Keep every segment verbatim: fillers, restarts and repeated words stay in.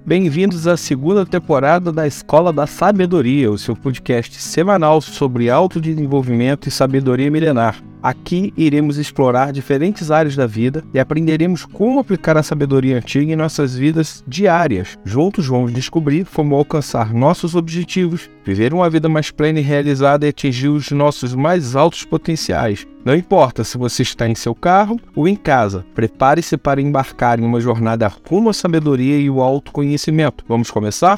Bem-vindos à segunda temporada da Escola da Sabedoria, o seu podcast semanal sobre autodesenvolvimento e sabedoria milenar. Aqui iremos explorar diferentes áreas da vida e aprenderemos como aplicar a sabedoria antiga em nossas vidas diárias. Juntos vamos descobrir como alcançar nossos objetivos, viver uma vida mais plena e realizada e atingir os nossos mais altos potenciais. Não importa se você está em seu carro ou em casa, prepare-se para embarcar em uma jornada rumo à sabedoria e o autoconhecimento. Vamos começar?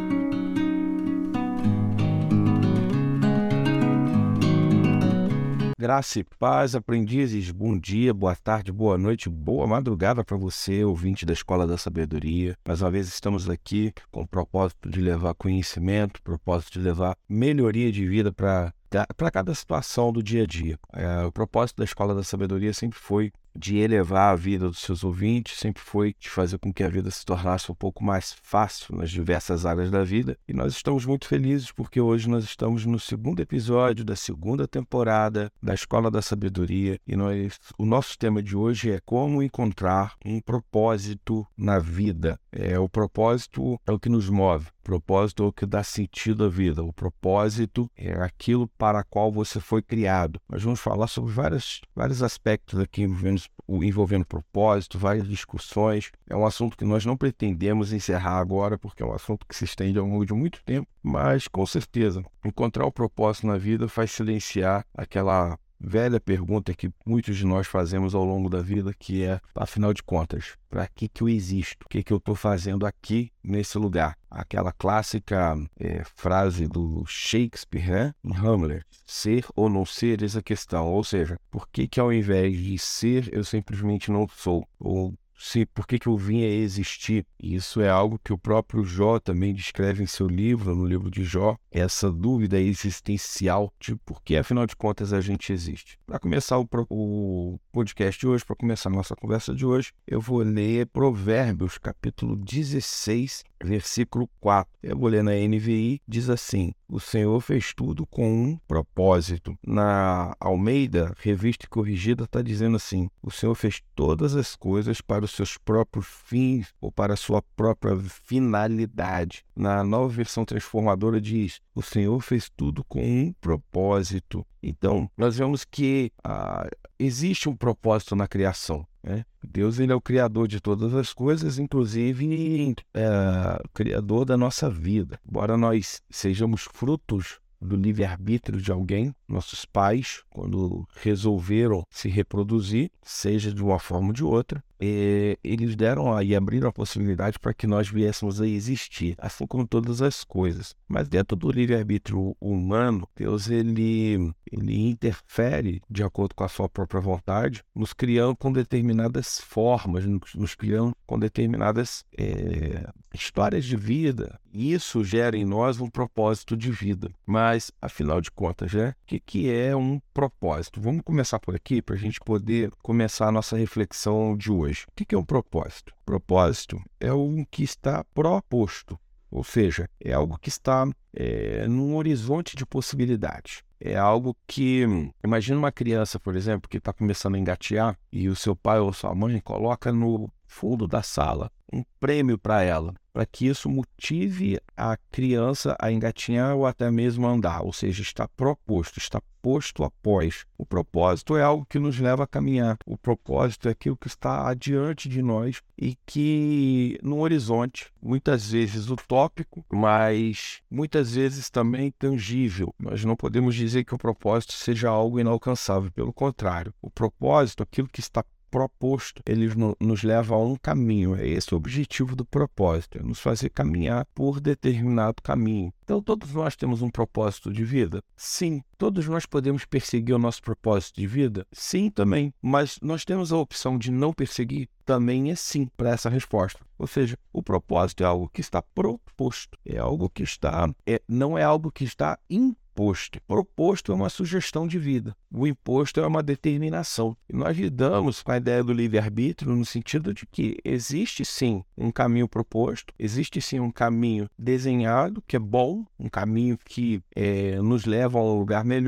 Graça e paz, aprendizes, bom dia, boa tarde, boa noite, boa madrugada para você, ouvinte da Escola da Sabedoria. Mais uma vez estamos aqui com o propósito de levar conhecimento, propósito de levar melhoria de vida para para cada situação do dia a dia. É, o propósito da Escola da Sabedoria sempre foi de elevar a vida dos seus ouvintes, sempre foi de fazer com que a vida se tornasse um pouco mais fácil nas diversas áreas da vida. E nós estamos muito felizes porque hoje nós estamos no segundo episódio da segunda temporada da Escola da Sabedoria. E nós, o nosso tema de hoje é como encontrar um propósito na vida. É, o propósito é o que nos move. O propósito é o que dá sentido à vida. O propósito é aquilo para o qual você foi criado. Nós vamos falar sobre vários, vários aspectos aqui envolvendo, envolvendo propósito, várias discussões. É um assunto que nós não pretendemos encerrar agora, porque é um assunto que se estende ao longo de muito tempo, mas com certeza, encontrar o propósito na vida faz silenciar aquela velha pergunta que muitos de nós fazemos ao longo da vida, que é, afinal de contas, para que que eu existo? O que que eu estou fazendo aqui nesse lugar? Aquela clássica é, frase do Shakespeare, né? Em Hamlet, ser ou não ser, eis a questão. Ou seja, por que que ao invés de ser, eu simplesmente não sou? Ou se, por que que eu vim a existir? E isso é algo que o próprio Jó também descreve em seu livro, no livro de Jó, essa dúvida existencial de por que, afinal de contas, a gente existe. Para começar o, o podcast de hoje, para começar a nossa conversa de hoje, eu vou ler Provérbios, capítulo dezesseis, versículo quatro. Eu vou ler na N V I, diz assim: o Senhor fez tudo com um propósito. Na Almeida, revista e corrigida, está dizendo assim: o Senhor fez todas as coisas para os seus próprios fins ou para a sua própria finalidade. Na Nova Versão Transformadora diz: o Senhor fez tudo com um propósito. Então, nós vemos que ah, existe um propósito na criação. Né? Deus, ele é o criador de todas as coisas, inclusive é, o criador da nossa vida. Embora nós sejamos frutos do livre-arbítrio de alguém, nossos pais, quando resolveram se reproduzir, seja de uma forma ou de outra, e eles deram e abriram a possibilidade para que nós viéssemos a existir, assim como todas as coisas. Mas dentro do livre-arbítrio humano, Deus ele, ele interfere de acordo com a sua própria vontade, nos criando com determinadas formas, nos, nos criando com determinadas é, histórias de vida. E isso gera em nós um propósito de vida. Mas, afinal de contas, né? O que, que é um propósito? Vamos começar por aqui para a gente poder começar a nossa reflexão de hoje. O que, que é um propósito? Propósito é um que está proposto, ou seja, é algo que está é, num horizonte de possibilidades. É algo que, imagina uma criança, por exemplo, que está começando a engatear e o seu pai ou sua mãe coloca no fundo da sala um prêmio para ela, para que isso motive a criança a engatinhar ou até mesmo a andar, ou seja, está proposto, está posto após. O propósito é algo que nos leva a caminhar. O propósito é aquilo que está adiante de nós e que, no horizonte, muitas vezes utópico, mas muitas vezes também tangível. Nós não podemos dizer que o propósito seja algo inalcançável, pelo contrário. O propósito, aquilo que está proposto, ele nos leva a um caminho. É esse o objetivo do propósito, é nos fazer caminhar por determinado caminho. Então, todos nós temos um propósito de vida? Sim. Todos nós podemos perseguir o nosso propósito de vida? Sim, também. Mas nós temos a opção de não perseguir? Também é sim para essa resposta. Ou seja, o propósito é algo que está proposto, é algo que está, é, não é algo que está imposto. Proposto. Proposto é uma sugestão de vida. O imposto é uma determinação. E nós lidamos com a ideia do livre-arbítrio no sentido de que existe sim um caminho proposto, existe sim um caminho desenhado, que é bom, um caminho que é, nos leva a um lugar melhor,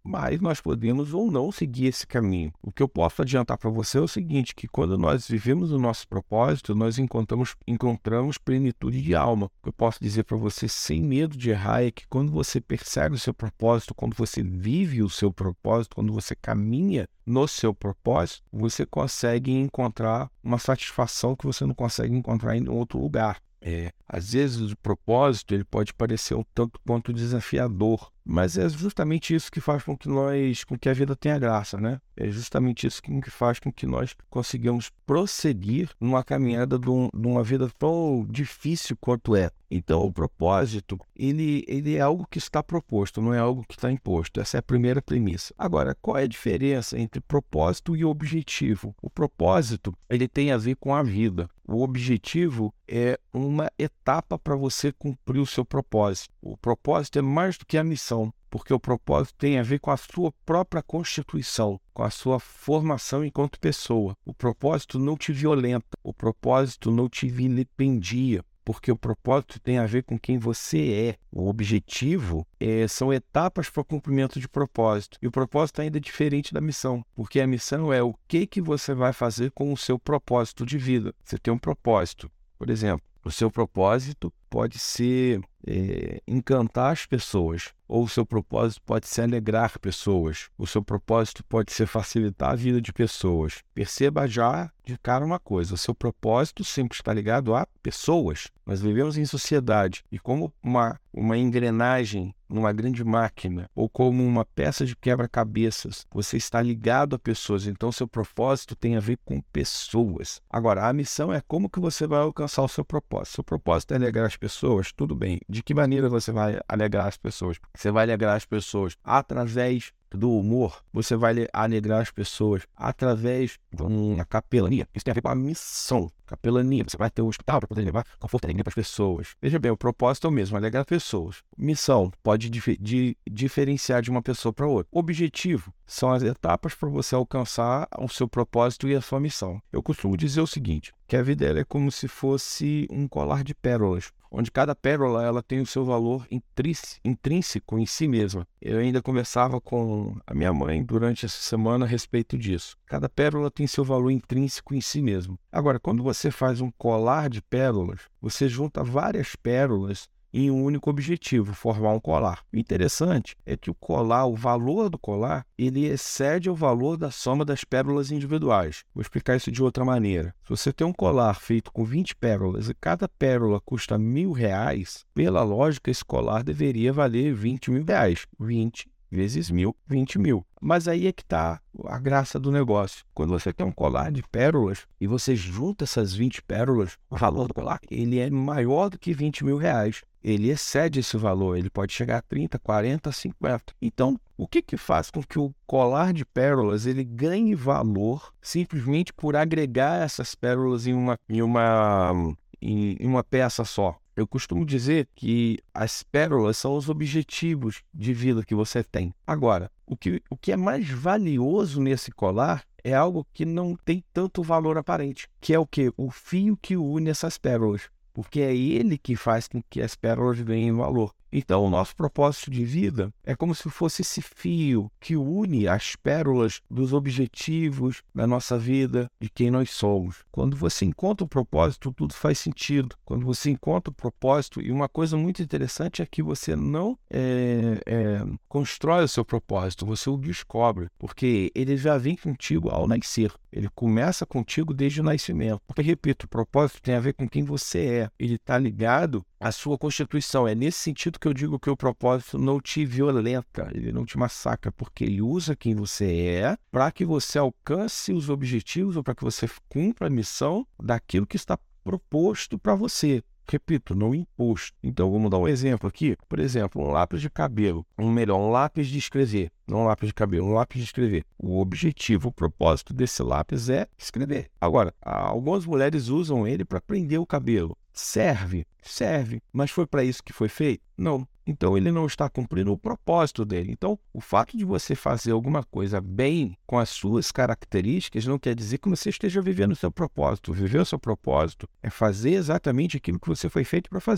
mas nós podemos ou não seguir esse caminho. O que eu posso adiantar para você é o seguinte, que quando nós vivemos o nosso propósito, nós encontramos, encontramos plenitude de alma. O que eu posso dizer para você sem medo de errar é que quando você persegue o seu propósito, quando você vive o seu propósito, quando você caminha no seu propósito, você consegue encontrar uma satisfação que você não consegue encontrar em outro lugar. É, às vezes o propósito ele pode parecer um tanto quanto desafiador, mas é justamente isso que faz com que nós, com que a vida tenha graça, né? É justamente isso que faz com que nós consigamos prosseguir numa caminhada de, um, de uma vida tão difícil quanto é. Então, o propósito, ele, ele é algo que está proposto, não é algo que está imposto. Essa é a primeira premissa. Agora, qual é a diferença entre propósito e objetivo? O propósito, ele tem a ver com a vida. O objetivo é uma etapa para você cumprir o seu propósito. O propósito é mais do que a missão, porque o propósito tem a ver com a sua própria constituição, com a sua formação enquanto pessoa. O propósito não te violenta, o propósito não te vilipendia, porque o propósito tem a ver com quem você é. O objetivo é, são etapas para o cumprimento de propósito. E o propósito ainda é diferente da missão, porque a missão é o que, que você vai fazer com o seu propósito de vida. Você tem um propósito, por exemplo, o seu propósito pode ser é, encantar as pessoas, ou o seu propósito pode ser alegrar pessoas, o seu propósito pode ser facilitar a vida de pessoas. Perceba já de cara uma coisa, o seu propósito sempre está ligado a pessoas. Nós vivemos em sociedade e como uma, uma engrenagem numa grande máquina ou como uma peça de quebra-cabeças, você está ligado a pessoas, então seu propósito tem a ver com pessoas. Agora, a missão é como que você vai alcançar o seu propósito. Seu propósito é alegrar as pessoas? Tudo bem. De que maneira você vai alegrar as pessoas? Você vai alegrar as pessoas através do humor, você vai alegrar as pessoas através de uma capelania. Isso tem a ver com a missão. Capelania, você vai ter um hospital para poder levar conforto e alegria para as pessoas. Veja bem, o propósito é o mesmo, alegrar pessoas. Missão pode dif de, diferenciar de uma pessoa para outra. Objetivo são as etapas para você alcançar o seu propósito e a sua missão. Eu costumo dizer o seguinte, que a vida ela é como se fosse um colar de pérolas, onde cada pérola ela tem o seu valor intrínseco em si mesma. Eu ainda conversava com a minha mãe durante essa semana a respeito disso. Cada pérola tem seu valor intrínseco em si mesmo. Agora, quando você faz um colar de pérolas, você junta várias pérolas em um único objetivo, formar um colar. O interessante é que o colar, o valor do colar, ele excede o valor da soma das pérolas individuais. Vou explicar isso de outra maneira. Se você tem um colar feito com vinte pérolas e cada pérola custa mil reais, pela lógica, esse colar deveria valer vinte mil reais. vinte vezes mil, vinte mil. Mas aí é que está a graça do negócio. Quando você tem um colar de pérolas e você junta essas vinte pérolas, o valor do colar ele é maior do que vinte mil reais. Ele excede esse valor, ele pode chegar a trinta, quarenta, cinquenta. Então, o que, que faz com que o colar de pérolas ele ganhe valor simplesmente por agregar essas pérolas em uma, em uma, em, em uma peça só? Eu costumo dizer que as pérolas são os objetivos de vida que você tem. Agora, o que, o que é mais valioso nesse colar é algo que não tem tanto valor aparente, que é o quê? O fio que une essas pérolas, porque é ele que faz com que as pérolas ganhem valor. Então, o nosso propósito de vida é como se fosse esse fio que une as pérolas dos objetivos da nossa vida, de quem nós somos. Quando você encontra o propósito, tudo faz sentido. Quando você encontra o propósito, e uma coisa muito interessante é que você não é, é, constrói o seu propósito, você o descobre, porque ele já vem contigo ao nascer. Ele começa contigo desde o nascimento. Porque, repito, o propósito tem a ver com quem você é. Ele está ligado à sua constituição. É nesse sentido que eu digo que o propósito não te violenta, ele não te massacra, porque ele usa quem você é para que você alcance os objetivos ou para que você cumpra a missão daquilo que está proposto para você. Repito, não imposto. Então, vamos dar um exemplo aqui. Por exemplo, um lápis de cabelo. Ou melhor, um lápis de escrever. Não um lápis de cabelo, um lápis de escrever. O objetivo, o propósito desse lápis é escrever. Agora, algumas mulheres usam ele para prender o cabelo. Serve? Serve. Mas foi para isso que foi feito? Não. Então, ele não está cumprindo o propósito dele. Então, o fato de você fazer alguma coisa bem com as suas características não quer dizer que você esteja vivendo o seu propósito. Viver o seu propósito é fazer exatamente aquilo que você foi feito para fazer.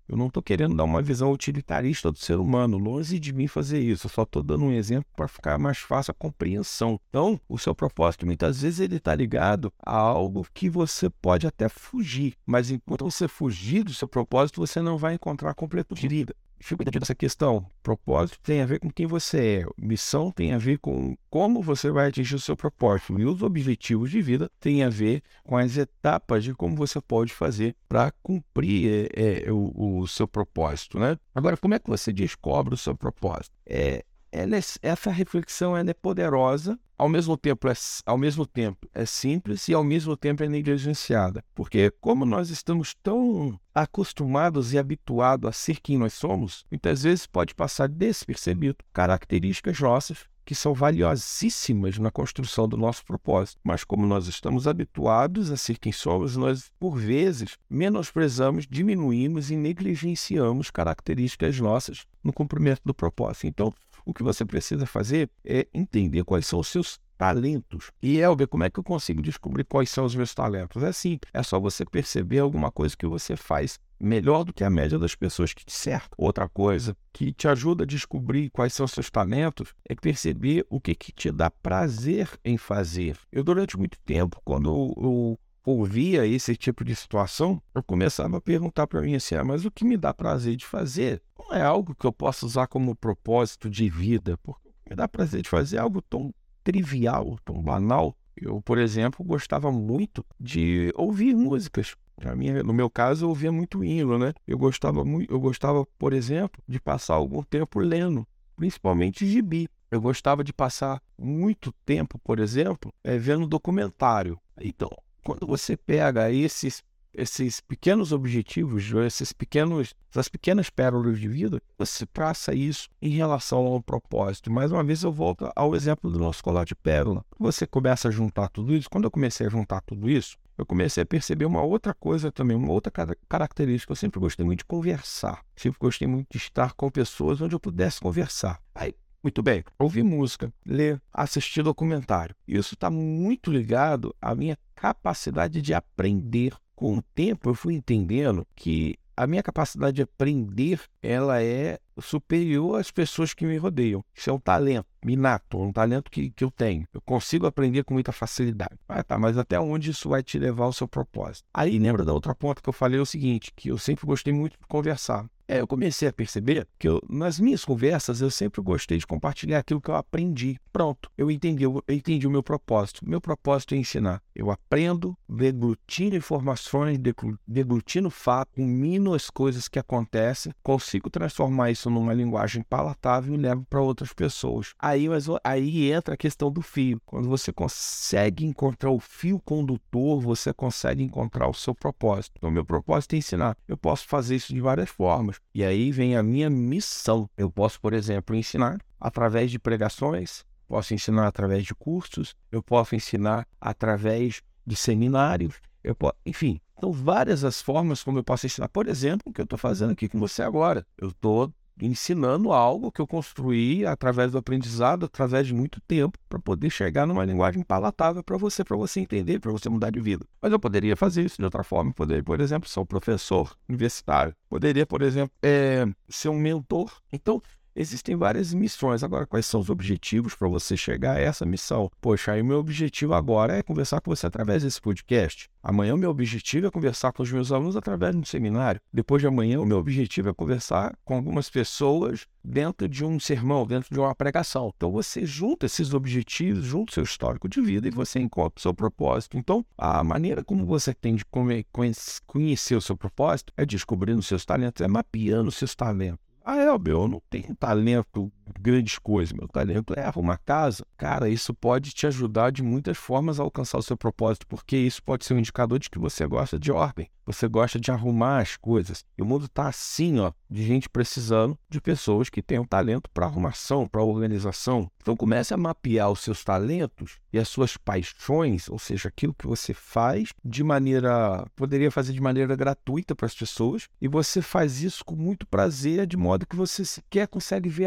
Eu não estou querendo dar uma visão utilitarista do ser humano, longe de mim fazer isso. Eu só estou dando um exemplo para ficar mais fácil a compreensão. Então, o seu propósito, muitas vezes, ele está ligado a algo que você pode até fugir, mas enquanto você fugir do seu propósito, você não vai encontrar completude de vida. Fico entendido essa questão. Propósito tem a ver com quem você é. Missão tem a ver com como você vai atingir o seu propósito. E os objetivos de vida têm a ver com as etapas de como você pode fazer para cumprir é, é, o, o seu propósito, né? Agora, como é que você descobre o seu propósito? É, ela é, essa reflexão ela é poderosa, ao mesmo tempo é, ao mesmo tempo é simples e ao mesmo tempo é negligenciada. Porque como nós estamos tão acostumados e habituados a ser quem nós somos, muitas vezes pode passar despercebido características nossas que são valiosíssimas na construção do nosso propósito. Mas como nós estamos habituados a ser quem somos, nós, por vezes, menosprezamos, diminuímos e negligenciamos características nossas no cumprimento do propósito. Então, o que você precisa fazer é entender quais são os seus talentos. E, Elber, como é que eu consigo descobrir quais são os meus talentos? É simples, é só você perceber alguma coisa que você faz melhor do que a média das pessoas que te cercam. Outra coisa que te ajuda a descobrir quais são os seus talentos é perceber o que, que te dá prazer em fazer. Eu, durante muito tempo, quando eu, eu ouvia esse tipo de situação, eu começava a perguntar para mim assim, ah, mas o que me dá prazer de fazer não é algo que eu possa usar como propósito de vida, porque me dá prazer de fazer algo tão trivial, tão banal. Eu, por exemplo, gostava muito de ouvir músicas. Na minha, no meu caso, eu ouvia muito hino, né? Eu gostava, muito, eu gostava, por exemplo, de passar algum tempo lendo, principalmente gibi. Eu gostava de passar muito tempo, por exemplo, é, vendo documentário. Então, quando você pega esses, esses pequenos objetivos, esses pequenos, essas pequenas pérolas de vida, você traça isso em relação ao propósito. Mais uma vez eu volto ao exemplo do nosso colar de pérola. Você começa a juntar tudo isso. Quando eu comecei a juntar tudo isso, eu comecei a perceber uma outra coisa também, uma outra característica. Eu sempre gostei muito de conversar. Sempre gostei muito de estar com pessoas onde eu pudesse conversar. Aí, muito bem, ouvir música, ler, assistir documentário. Isso está muito ligado à minha capacidade de aprender. Com o tempo eu fui entendendo que a minha capacidade de aprender, ela é superior às pessoas que me rodeiam. Isso é um talento inato, um talento que, que eu tenho. Eu consigo aprender com muita facilidade. Ah, tá, mas até onde isso vai te levar ao seu propósito? Aí, lembra da outra ponta que eu falei, é o seguinte, que eu sempre gostei muito de conversar. É, eu comecei a perceber que eu, nas minhas conversas eu sempre gostei de compartilhar aquilo que eu aprendi. Pronto, eu entendi, eu entendi o meu propósito. Meu propósito é ensinar. Eu aprendo, deglutino informações, deglutino fato, combino as coisas que acontecem, consigo transformar isso numa linguagem palatável e levo para outras pessoas. Aí, mas, aí entra a questão do fio. Quando você consegue encontrar o fio condutor, você consegue encontrar o seu propósito. Então, meu propósito é ensinar. Eu posso fazer isso de várias formas. E aí vem a minha missão. Eu posso, por exemplo, ensinar através de pregações, posso ensinar através de cursos, eu posso ensinar através de seminários, eu posso, enfim. São várias as formas como eu posso ensinar. Por exemplo, o que eu estou fazendo aqui com você agora. Eu estou ensinando algo que eu construí através do aprendizado, através de muito tempo, para poder chegar numa linguagem palatável para você, para você entender, para você mudar de vida. Mas eu poderia fazer isso de outra forma. Poderia, por exemplo, ser um professor universitário. Poderia, por exemplo, é, ser um mentor. Então, existem várias missões. Agora, quais são os objetivos para você chegar a essa missão? Poxa, aí o meu objetivo agora é conversar com você através desse podcast. Amanhã o meu objetivo é conversar com os meus alunos através de um seminário. Depois de amanhã o meu objetivo é conversar com algumas pessoas dentro de um sermão, dentro de uma pregação. Então você junta esses objetivos, junta o seu histórico de vida e você encontra o seu propósito. Então a maneira como você tem de conhecer o seu propósito é descobrindo os seus talentos, é mapeando os seus talentos. Ah, Elber, eu não tenho talento, grandes coisas. Meu talento é arrumar casa. Cara, isso pode te ajudar de muitas formas a alcançar o seu propósito, porque isso pode ser um indicador de que você gosta de ordem. Você gosta de arrumar as coisas. E o mundo está assim, ó, de gente precisando de pessoas que tenham talento para arrumação, para organização. Então comece a mapear os seus talentos e as suas paixões, ou seja, aquilo que você faz de maneira, poderia fazer de maneira gratuita para as pessoas, e você faz isso com muito prazer, de modo que você sequer consegue ver a hora passar.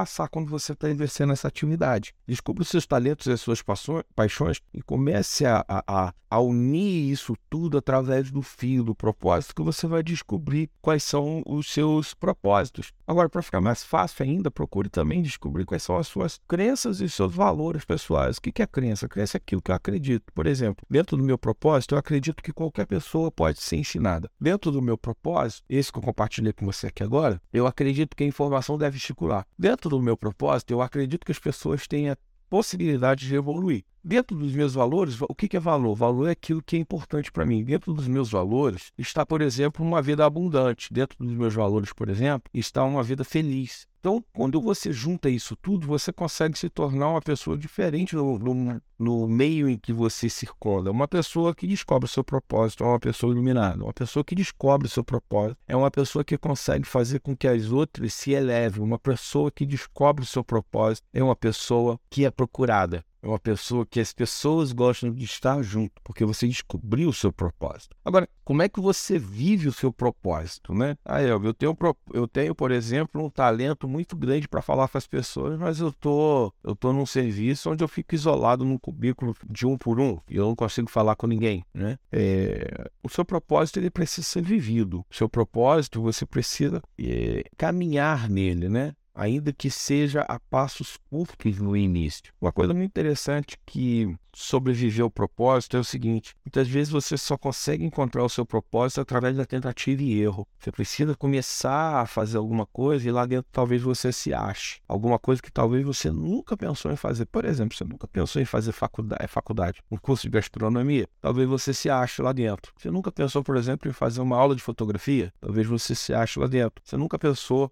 passar quando você está exercendo essa atividade. Descubra os seus talentos e as suas paixões e comece a, a, a unir isso tudo através do fio, do propósito, que você vai descobrir quais são os seus propósitos. Agora, para ficar mais fácil ainda, procure também descobrir quais são as suas crenças e os seus valores pessoais. O que é crença? Crença é aquilo que eu acredito. Por exemplo, dentro do meu propósito, eu acredito que qualquer pessoa pode ser ensinada. Dentro do meu propósito, esse que eu compartilhei com você aqui agora, eu acredito que a informação deve circular. Dentro do meu propósito, eu acredito que as pessoas têm a possibilidade de evoluir. Dentro dos meus valores, o que é valor? Valor é aquilo que é importante para mim. Dentro dos meus valores está, por exemplo, uma vida abundante. Dentro dos meus valores, por exemplo, está uma vida feliz. Então, quando você junta isso tudo, você consegue se tornar uma pessoa diferente no, no, no meio em que você circula. Uma pessoa que descobre o seu propósito é uma pessoa iluminada. Uma pessoa que descobre o seu propósito é uma pessoa que consegue fazer com que as outras se elevem. Uma pessoa que descobre o seu propósito é uma pessoa que é procurada. É uma pessoa que as pessoas gostam de estar junto, porque você descobriu o seu propósito. Agora, como é que você vive o seu propósito, né? Ah, Elvio, eu tenho, eu tenho, por exemplo, um talento muito grande para falar com as pessoas, mas eu tô, eu tô num serviço onde eu fico isolado num cubículo de um por um e eu não consigo falar com ninguém, né? É, o seu propósito, ele precisa ser vivido. O seu propósito, você precisa é, caminhar nele, né? Ainda que seja a passos curtos no início. Uma coisa muito interessante que sobreviver ao propósito é o seguinte: muitas vezes você só consegue encontrar o seu propósito através da tentativa e erro. Você precisa começar a fazer alguma coisa e lá dentro talvez você se ache. Alguma coisa que talvez você nunca pensou em fazer. Por exemplo, você nunca pensou em fazer faculdade, faculdade um curso de gastronomia. Talvez você se ache lá dentro. Você nunca pensou, por exemplo, em fazer uma aula de fotografia. Talvez você se ache lá dentro. Você nunca pensou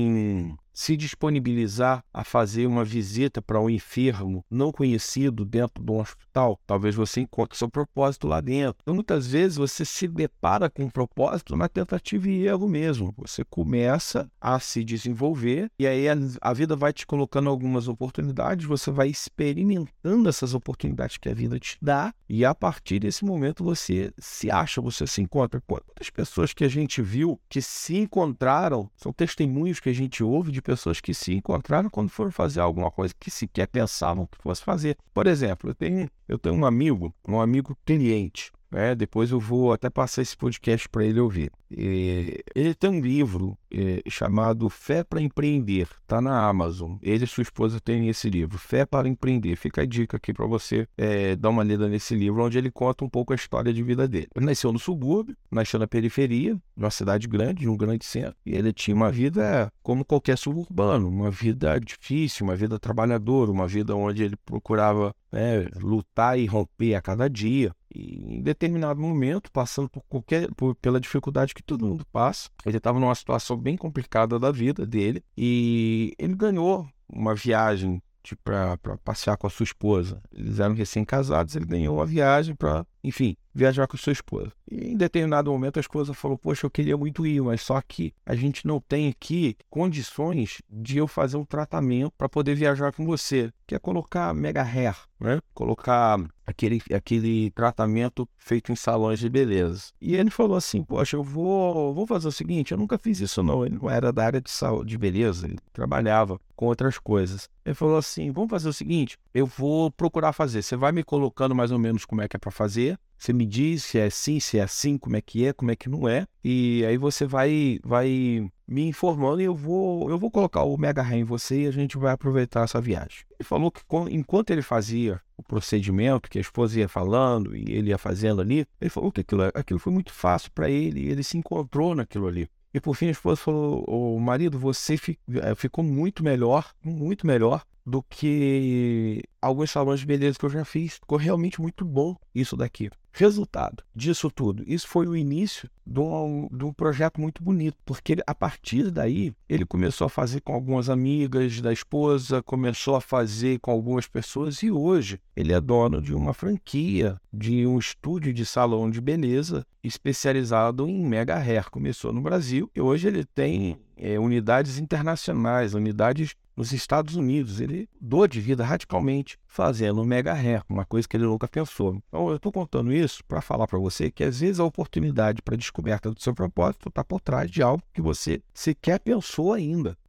em se disponibilizar a fazer uma visita para um enfermo não conhecido dentro de um hospital. Talvez você encontre seu propósito lá dentro. Então, muitas vezes você se depara com um propósito na tentativa e erro mesmo. Você começa a se desenvolver e aí a, a vida vai te colocando algumas oportunidades, você vai experimentando essas oportunidades que a vida te dá e a partir desse momento você se acha, você se encontra. Quantas pessoas que a gente viu que se encontraram, são testemunhos que a gente ouve de pessoas que se encontraram quando foram fazer alguma coisa que sequer pensavam que fosse fazer. Por exemplo, eu tenho, eu tenho um amigo, um amigo cliente, né? Depois eu vou até passar esse podcast para ele ouvir. E ele tem um livro é, chamado Fé para Empreender, está na Amazon. Ele e sua esposa têm esse livro, Fé para Empreender. Fica a dica aqui para você é, dar uma lida nesse livro, onde ele conta um pouco a história de vida dele. Ele nasceu no subúrbio, nasceu na periferia, de uma cidade grande, de um grande centro, e ele tinha uma vida como qualquer suburbano, uma vida difícil, uma vida trabalhadora, uma vida onde ele procurava né, lutar e romper a cada dia. E em determinado momento, passando por qualquer, por, pela dificuldade que todo mundo passa, ele estava numa situação bem complicada da vida dele e ele ganhou uma viagem para passear com a sua esposa. Eles eram recém-casados, ele ganhou uma viagem para, enfim, viajar com a sua esposa. E em determinado momento a esposa falou, poxa, eu queria muito ir, mas só que a gente não tem aqui condições de eu fazer um tratamento para poder viajar com você, que é colocar mega hair, né? Colocar aquele, aquele tratamento feito em salões de beleza. E ele falou assim, poxa, eu vou, vou fazer o seguinte, eu nunca fiz isso não, ele não era da área de saúde, de beleza, ele trabalhava com outras coisas. Ele falou assim, vamos fazer o seguinte, eu vou procurar fazer, você vai me colocando mais ou menos como é que é para fazer, você me diz se é assim, se é assim, como é que é, como é que não é, e aí você vai, vai me informando e eu vou, eu vou colocar o Mega Hair em você e a gente vai aproveitar essa viagem. Ele falou que enquanto ele fazia o procedimento, que a esposa ia falando e ele ia fazendo ali, ele falou que aquilo, aquilo foi muito fácil para ele e ele se encontrou naquilo ali. E por fim a esposa falou, ô marido, você ficou muito melhor, muito melhor do que alguns salões de beleza que eu já fiz. Ficou realmente muito bom isso daqui. Resultado disso tudo, isso foi o início de um, de um projeto muito bonito, porque ele, a partir daí ele começou a fazer com algumas amigas da esposa, começou a fazer com algumas pessoas e hoje ele é dono de uma franquia, de um estúdio de salão de beleza especializado em mega hair. Começou no Brasil e hoje ele tem é, unidades internacionais, unidades nos Estados Unidos. Ele mudou de vida radicalmente fazendo mega hair, uma coisa que ele nunca pensou. Então eu estou contando isso para falar para você que às vezes a oportunidade para a descoberta do seu propósito está por trás de algo que você sequer pensou ainda.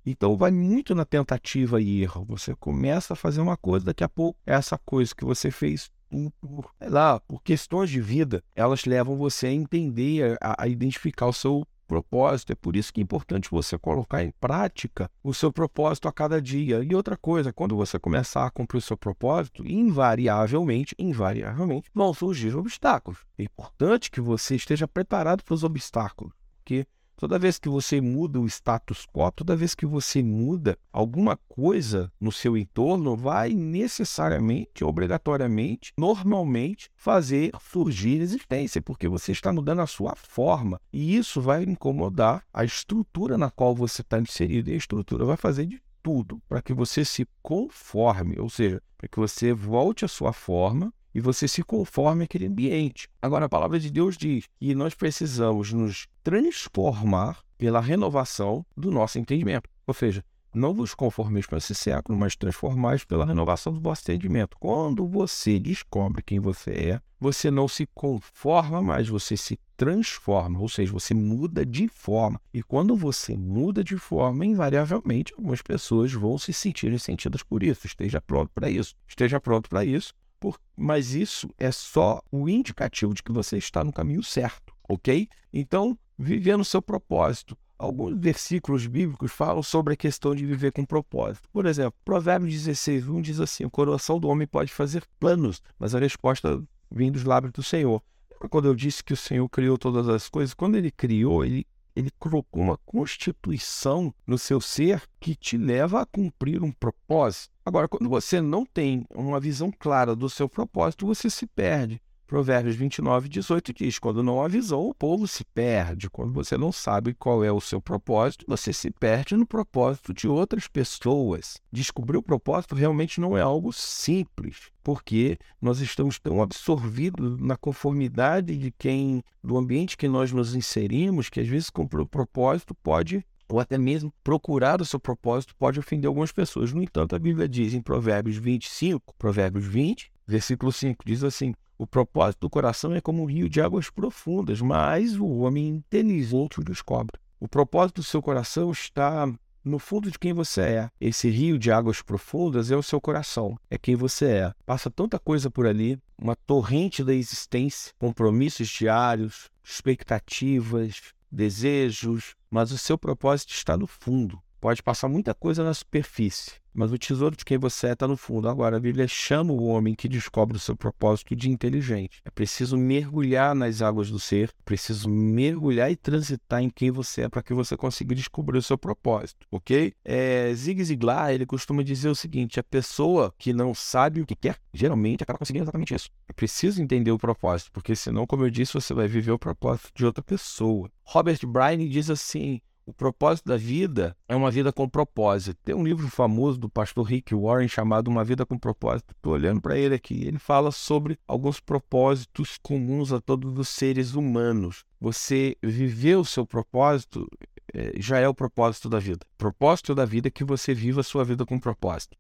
Então vai muito na tentativa e erro. Você começa a fazer uma coisa, daqui a pouco essa coisa que você fez por, sei lá, por questões de vida, elas levam você a entender, a, a identificar o seu propósito. É por isso que é importante você colocar em prática o seu propósito a cada dia. E outra coisa, quando você começar a cumprir o seu propósito, invariavelmente, invariavelmente, vão surgir obstáculos. É importante que você esteja preparado para os obstáculos, porque toda vez que você muda o status quo, toda vez que você muda alguma coisa no seu entorno, vai necessariamente, obrigatoriamente, normalmente, fazer surgir existência, porque você está mudando a sua forma. E isso vai incomodar a estrutura na qual você está inserido. E a estrutura vai fazer de tudo para que você se conforme, ou seja, para que você volte à sua forma e você se conforme àquele ambiente. Agora, a palavra de Deus diz que nós precisamos nos transformar pela renovação do nosso entendimento. Ou seja, não vos conformeis com esse século, mas transformais pela renovação do vosso entendimento. Quando você descobre quem você é, você não se conforma mais, você se transforma, ou seja, você muda de forma. E quando você muda de forma, invariavelmente, algumas pessoas vão se sentirem sentidas por isso. Esteja pronto para isso. Esteja pronto para isso. Por, mas isso é só o indicativo de que você está no caminho certo, ok? Então, vivendo o seu propósito. Alguns versículos bíblicos falam sobre a questão de viver com propósito. Por exemplo, Provérbios dezesseis, um diz assim: o coração do homem pode fazer planos, mas a resposta vem dos lábios do Senhor. Lembra quando eu disse que o Senhor criou todas as coisas? Quando ele criou, ele Ele colocou uma constituição no seu ser que te leva a cumprir um propósito. Agora, quando você não tem uma visão clara do seu propósito, você se perde. Provérbios vinte e nove, dezoito diz: quando não há visão, o povo se perde. Quando você não sabe qual é o seu propósito, você se perde no propósito de outras pessoas. Descobrir o propósito realmente não é algo simples, porque nós estamos tão absorvidos na conformidade de quem, do ambiente que nós nos inserimos, que às vezes cumprir o propósito pode, ou até mesmo procurar o seu propósito, pode ofender algumas pessoas. No entanto, a Bíblia diz em Provérbios vinte e cinco, Provérbios vinte, versículo cinco, diz assim: o propósito do coração é como um rio de águas profundas, mas o homem inteligente o descobre. O propósito do seu coração está no fundo de quem você é. Esse rio de águas profundas é o seu coração, é quem você é. Passa tanta coisa por ali, uma torrente da existência, compromissos diários, expectativas, desejos, mas o seu propósito está no fundo. Pode passar muita coisa na superfície, mas o tesouro de quem você é está no fundo. Agora, a Bíblia chama o homem que descobre o seu propósito de inteligente. É preciso mergulhar nas águas do ser, preciso mergulhar e transitar em quem você é para que você consiga descobrir o seu propósito, ok? É, Zig Ziglar, ele costuma dizer o seguinte: a pessoa que não sabe o que quer, geralmente acaba conseguindo exatamente isso. É preciso entender o propósito, porque senão, como eu disse, você vai viver o propósito de outra pessoa. Robert Bryan diz assim: o propósito da vida é uma vida com propósito. Tem um livro famoso do pastor Rick Warren chamado Uma Vida com Propósito. Estou olhando para ele aqui. Ele fala sobre alguns propósitos comuns a todos os seres humanos. Você viver o seu propósito é, já é o propósito da vida. O propósito da vida é que você viva a sua vida com propósito.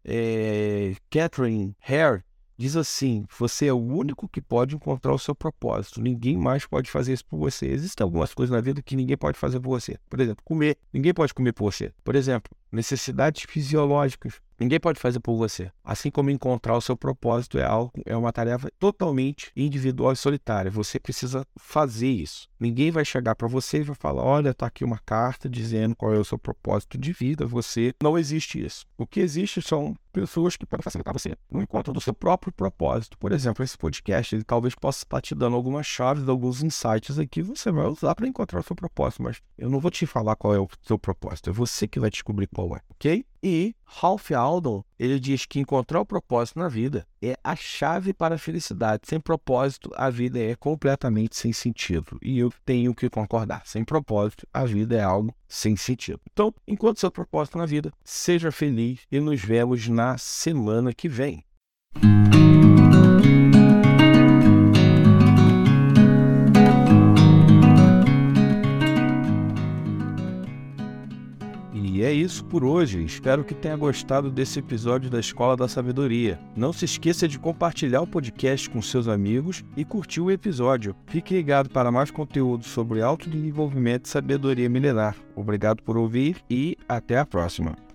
É, Catherine Hare diz assim: você é o único que pode encontrar o seu propósito. Ninguém mais pode fazer isso por você. Existem algumas coisas na vida que ninguém pode fazer por você. Por exemplo, comer. Ninguém pode comer por você. Por exemplo, necessidades fisiológicas. Ninguém pode fazer por você. Assim como encontrar o seu propósito é algo, é uma tarefa totalmente individual e solitária. Você precisa fazer isso. Ninguém vai chegar para você e vai falar: olha, está aqui uma carta dizendo qual é o seu propósito de vida. Você, não existe isso. O que existe são pessoas que podem facilitar você no encontro do seu próprio propósito. Por exemplo, esse podcast, ele talvez possa estar te dando algumas chaves, alguns insights aqui que você vai usar para encontrar o seu propósito. Mas eu não vou te falar qual é o seu propósito. É você que vai descobrir qual é, ok? E Ralph Waldo, ele diz que encontrar o propósito na vida é a chave para a felicidade. Sem propósito, a vida é completamente sem sentido. E eu tenho que concordar. Sem propósito, a vida é algo sem sentido. Então, enquanto seu propósito na vida, seja feliz e nos vemos na semana que vem. E é isso. isso por hoje. Espero que tenha gostado desse episódio da Escola da Sabedoria. Não se esqueça de compartilhar o podcast com seus amigos e curtir o episódio. Fique ligado para mais conteúdo sobre autodesenvolvimento e sabedoria milenar. Obrigado por ouvir e até a próxima.